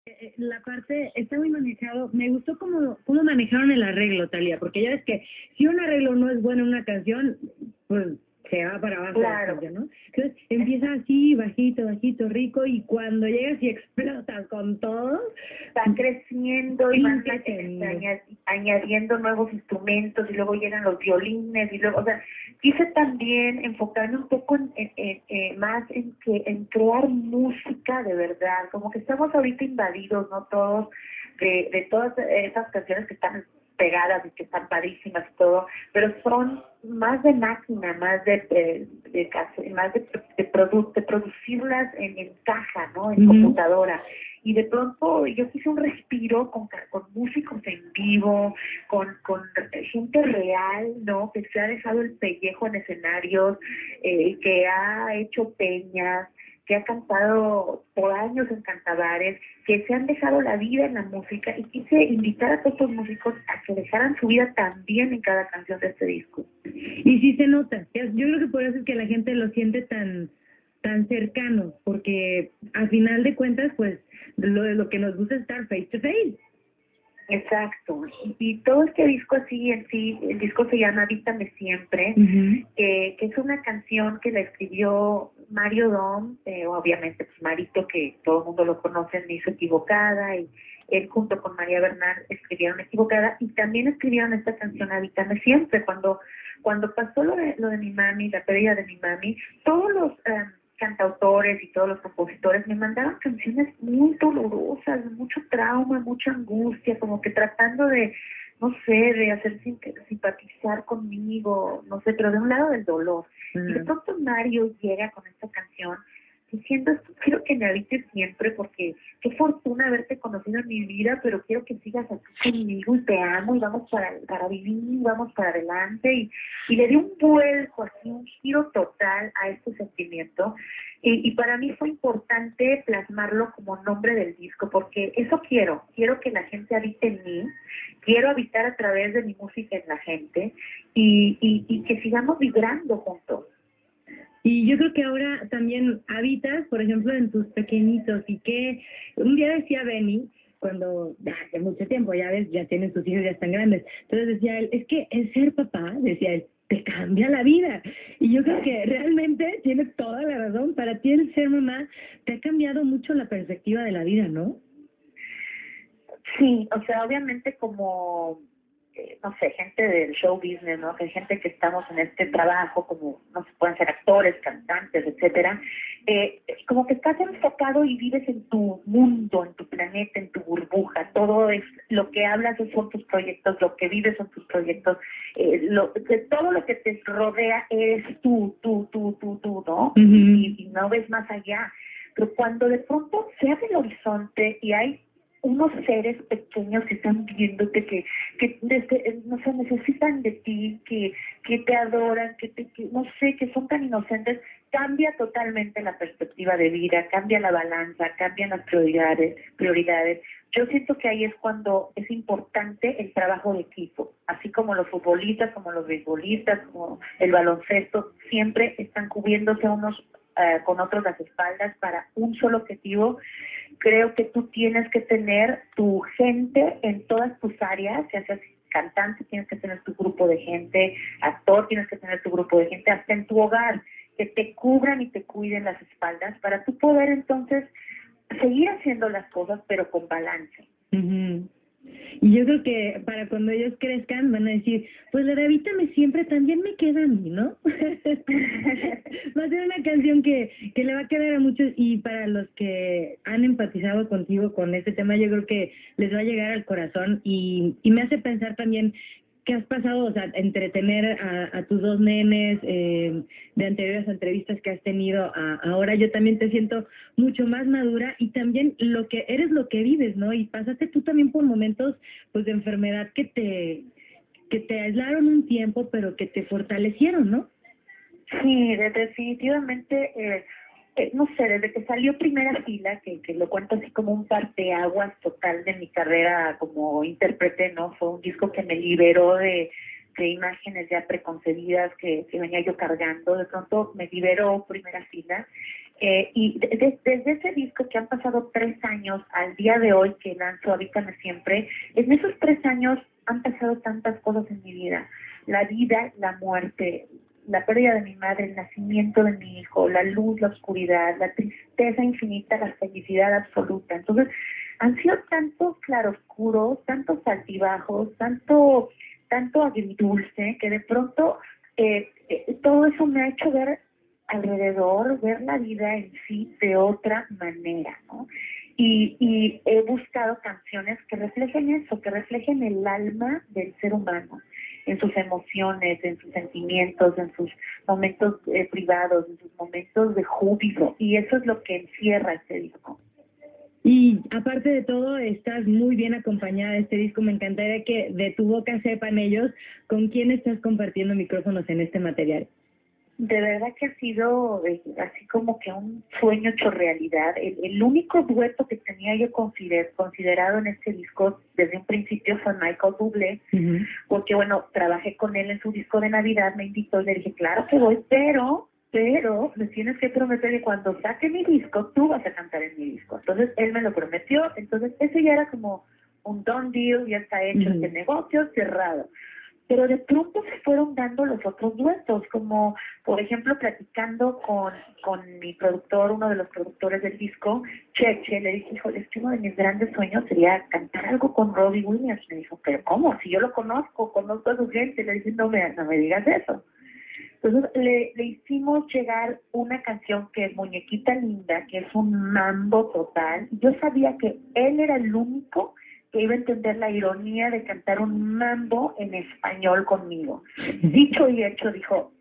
La parte está muy manejado. Me gustó cómo manejaron el arreglo, Talia, porque ya ves que si un arreglo no es bueno en una canción, pues se va para abajo la Claro, canción, ¿no? Entonces empieza así, bajito, bajito, rico, y cuando llegas y explotas con todo, va creciendo y van increíble. añadiendo nuevos instrumentos y luego llegan los violines y luego, o sea, quise también enfocarme un poco más en crear música de verdad, como que estamos ahorita invadidos, ¿no? Todos de todas esas canciones que están pegadas y que están padrísimas y todo, pero son más de máquina, más más de producirlas en caja, ¿no? En computadora. Y de pronto yo quise un respiro con músicos en vivo, con gente real, ¿no? Que se ha dejado el pellejo en escenarios, que ha hecho peñas, que ha cantado por años en cantabares, que se han dejado la vida en la música, y quise invitar a todos los músicos a que dejaran su vida también en cada canción de este disco. Y sí se nota. Yo creo que por eso es que la gente lo siente tan cercano, porque al final de cuentas, pues, lo que nos gusta es estar face to face. Exacto, y todo este disco así en sí, el disco se llama Vítame Siempre, que es una canción que la escribió Mario Dom, obviamente pues Marito, que todo el mundo lo conoce, me hizo Equivocada, y él junto con María Bernal escribieron Equivocada, y también escribieron esta canción Habítame Siempre. Cuando pasó lo de mi mami, la pérdida de mi mami, todos los cantautores y todos los compositores me mandaron canciones muy dolorosas, mucho trauma, mucha angustia, como que tratando de, no sé, de hacer simpatizar conmigo, no sé, pero de un lado del dolor. Y de pronto Mario llega con esta canción diciendo: esto quiero que me habites siempre, porque qué fortuna haberte conocido en mi vida, pero quiero que sigas aquí conmigo y te amo y vamos para vivir, vamos para adelante. Y le di un vuelco, así un giro total a este sentimiento. Y para mí fue importante plasmarlo como nombre del disco, porque eso quiero que la gente habite en mí, quiero habitar a través de mi música en la gente, y que sigamos vibrando juntos. Y yo creo que ahora también habitas, por ejemplo, en tus pequeñitos, y que un día decía Benny, cuando ya hace mucho tiempo, ya ves, ya tienen sus hijos, ya están grandes, entonces decía él, es que el ser papá, decía él, te cambia la vida. Y yo creo que realmente tiene toda la razón. Para ti el ser mamá te ha cambiado mucho la perspectiva de la vida, ¿no? Sí, o sea, obviamente como, no sé, gente del show business, ¿no? Que hay gente que estamos en este trabajo, como, no sé, pueden ser actores, cantantes, etcétera, como que estás enfocado y vives en tu mundo, en tu planeta, en tu burbuja. Todo es, lo que hablas son tus proyectos, lo que vives son tus proyectos, de todo lo que te rodea eres tú, ¿no? Y no ves más allá. Pero cuando de pronto se abre el horizonte y hay unos seres pequeños que están viéndote, que desde, no sé, necesitan de ti, que te adoran, que no sé, que son tan inocentes, cambia totalmente la perspectiva de vida, cambia la balanza, cambian las prioridades. Yo siento que ahí es cuando es importante el trabajo de equipo, así como los futbolistas, como los beisbolistas, como el baloncesto, siempre están cubriéndose unos con otros las espaldas para un solo objetivo. Creo que tú tienes que tener tu gente en todas tus áreas, ya seas cantante, tienes que tener tu grupo de gente, actor, tienes que tener tu grupo de gente, hasta en tu hogar, que te cubran y te cuiden las espaldas para tú poder entonces seguir haciendo las cosas, pero con balance. Y yo creo que para cuando ellos crezcan van a decir, pues la de Habítame Siempre también me queda a mí, ¿no? Va a ser una canción que le va a quedar a muchos, y para los que han empatizado contigo con este tema, yo creo que les va a llegar al corazón, y me hace pensar también qué has pasado, o sea, entretener a tus dos nenes, de anteriores entrevistas que has tenido, ahora yo también te siento mucho más madura, y también lo que eres, lo que vives, ¿no? Y pasaste tú también por momentos, pues, de enfermedad que te aislaron un tiempo, pero que te fortalecieron, ¿no? Sí, definitivamente, no sé, desde que salió Primera Fila, que lo cuento así como un parteaguas total de mi carrera como intérprete, ¿no? Fue un disco que me liberó de imágenes ya preconcebidas que venía yo cargando. De pronto me liberó Primera Fila, Desde ese disco que han pasado 3 años al día de hoy que lanzo Habítame Siempre, en esos 3 años han pasado tantas cosas en mi vida. La vida, la muerte, la pérdida de mi madre, el nacimiento de mi hijo, la luz, la oscuridad, la tristeza infinita, la felicidad absoluta. Entonces, han sido tantos claroscuros, tantos altibajos, tanto agridulce, que de pronto todo eso me ha hecho ver alrededor, ver la vida en sí de otra manera, ¿no? Y he buscado canciones que reflejen eso, que reflejen el alma del ser humano, en sus emociones, en sus sentimientos, en sus momentos privados, en sus momentos de júbilo, y eso es lo que encierra este disco. Y aparte de todo, estás muy bien acompañada de este disco. Me encantaría que de tu boca sepan ellos con quién estás compartiendo micrófonos en este material. De verdad que ha sido así como que un sueño hecho realidad. El único dueto que tenía yo considerado en este disco desde un principio fue Michael Bublé, porque bueno, trabajé con él en su disco de Navidad, me invitó y le dije, claro que voy, pero me tienes que prometer que cuando saque mi disco, tú vas a cantar en mi disco. Entonces él me lo prometió, entonces ese ya era como un done deal, ya está hecho este negocio, cerrado. Pero de pronto se fueron dando los otros duetos, como por ejemplo platicando con mi productor, uno de los productores del disco, Cheche, le dije, híjole, es que uno de mis grandes sueños sería cantar algo con Robbie Williams. Me dijo, pero ¿cómo? Si yo lo conozco a su gente. Le dije, no me digas eso. Entonces le hicimos llegar una canción que es Muñequita Linda, que es un mambo total. Yo sabía que él era el único que iba a entender la ironía de cantar un mambo en español conmigo. Dicho y hecho, dijo,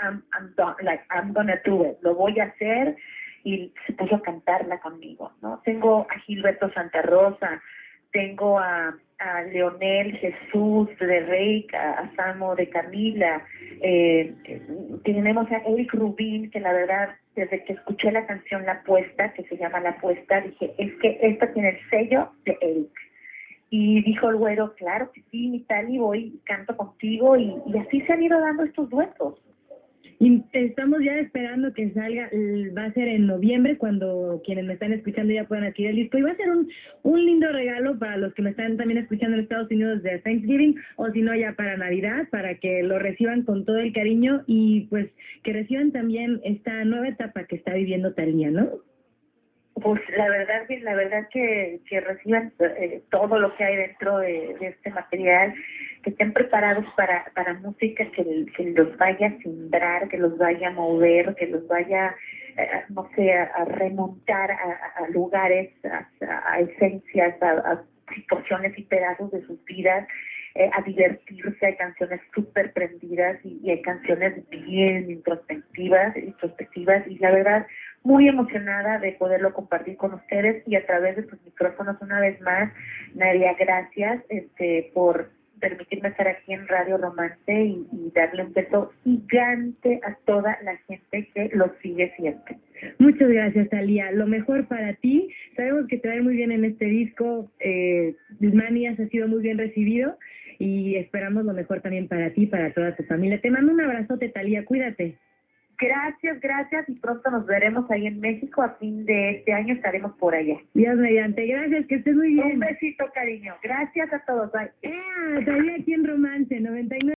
I'm gonna do it, lo voy a hacer, y se puso a cantarla conmigo, ¿no? Tengo a Gilberto Santa Rosa, tengo a Leonel Jesús de Reik, a Samo de Camila, tenemos a Eric Rubin, que la verdad, desde que escuché la canción La Apuesta, que se llama La Apuesta, dije, es que esta tiene el sello de Eric. Y dijo el güero, claro que sí, mi tal, y voy y canto contigo, y así se han ido dando estos duetos. Y estamos ya esperando que salga, va a ser en noviembre, cuando quienes me están escuchando ya puedan adquirir el disco, y va a ser un lindo regalo para los que me están también escuchando en Estados Unidos de Thanksgiving, o si no ya para Navidad, para que lo reciban con todo el cariño, y pues que reciban también esta nueva etapa que está viviendo Thalía, ¿no? Pues la verdad que reciban todo lo que hay dentro de este material, que estén preparados para música que los vaya a simbrar, que los vaya a mover, que los vaya, no sé, a remontar a lugares, a esencias, a situaciones y pedazos de sus vidas, a divertirse. Hay canciones súper prendidas y hay canciones bien introspectivas, y la verdad muy emocionada de poderlo compartir con ustedes y a través de sus micrófonos. Una vez más, Nadia, gracias por permitirme estar aquí en Radio Romance y darle un beso gigante a toda la gente que lo sigue siempre. Muchas gracias, Thalía. Lo mejor para ti. Sabemos que te va a ir muy bien en este disco. Manias ha sido muy bien recibido y esperamos lo mejor también para ti, para toda tu familia. Te mando un abrazote, Thalía. Cuídate. Gracias, y pronto nos veremos ahí en México. A fin de este año estaremos por allá. Dios mediante. Gracias, que estés muy bien. Un besito, cariño. Gracias a todos. Bye. Thalía aquí en Romance 99.